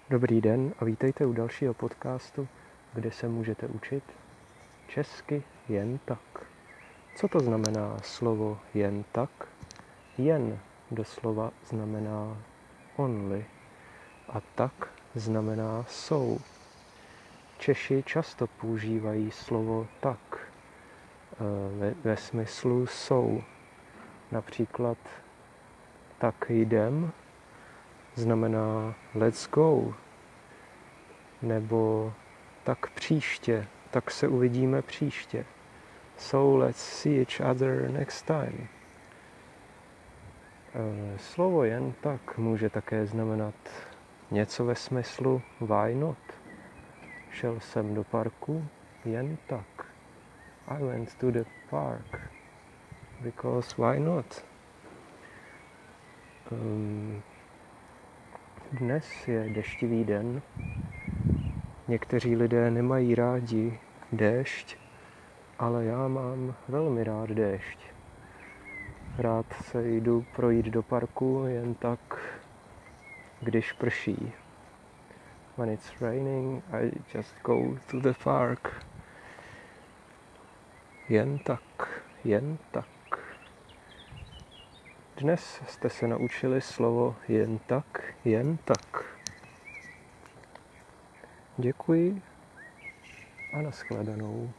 Dobrý den a vítejte u dalšího podcastu, kde se můžete učit česky jen tak. Co to znamená slovo jen tak? Jen doslova znamená only a tak znamená jsou. Češi často používají slovo tak ve smyslu jsou. Například tak jdem znamená let's go, nebo tak příště, tak se uvidíme příště. So let's see each other next time. Slovo jen tak může také znamenat něco ve smyslu why not. Šel jsem do parku jen tak. I went to the park because why not. Dnes je deštivý den. Někteří lidé nemají rádi déšť, ale já mám velmi rád déšť. Rád se jdu projít do parku jen tak, když prší. When it's raining, I just go to the park. Jen tak, jen tak. Dnes jste se naučili slovo jen tak, jen tak. Děkuji a nashledanou.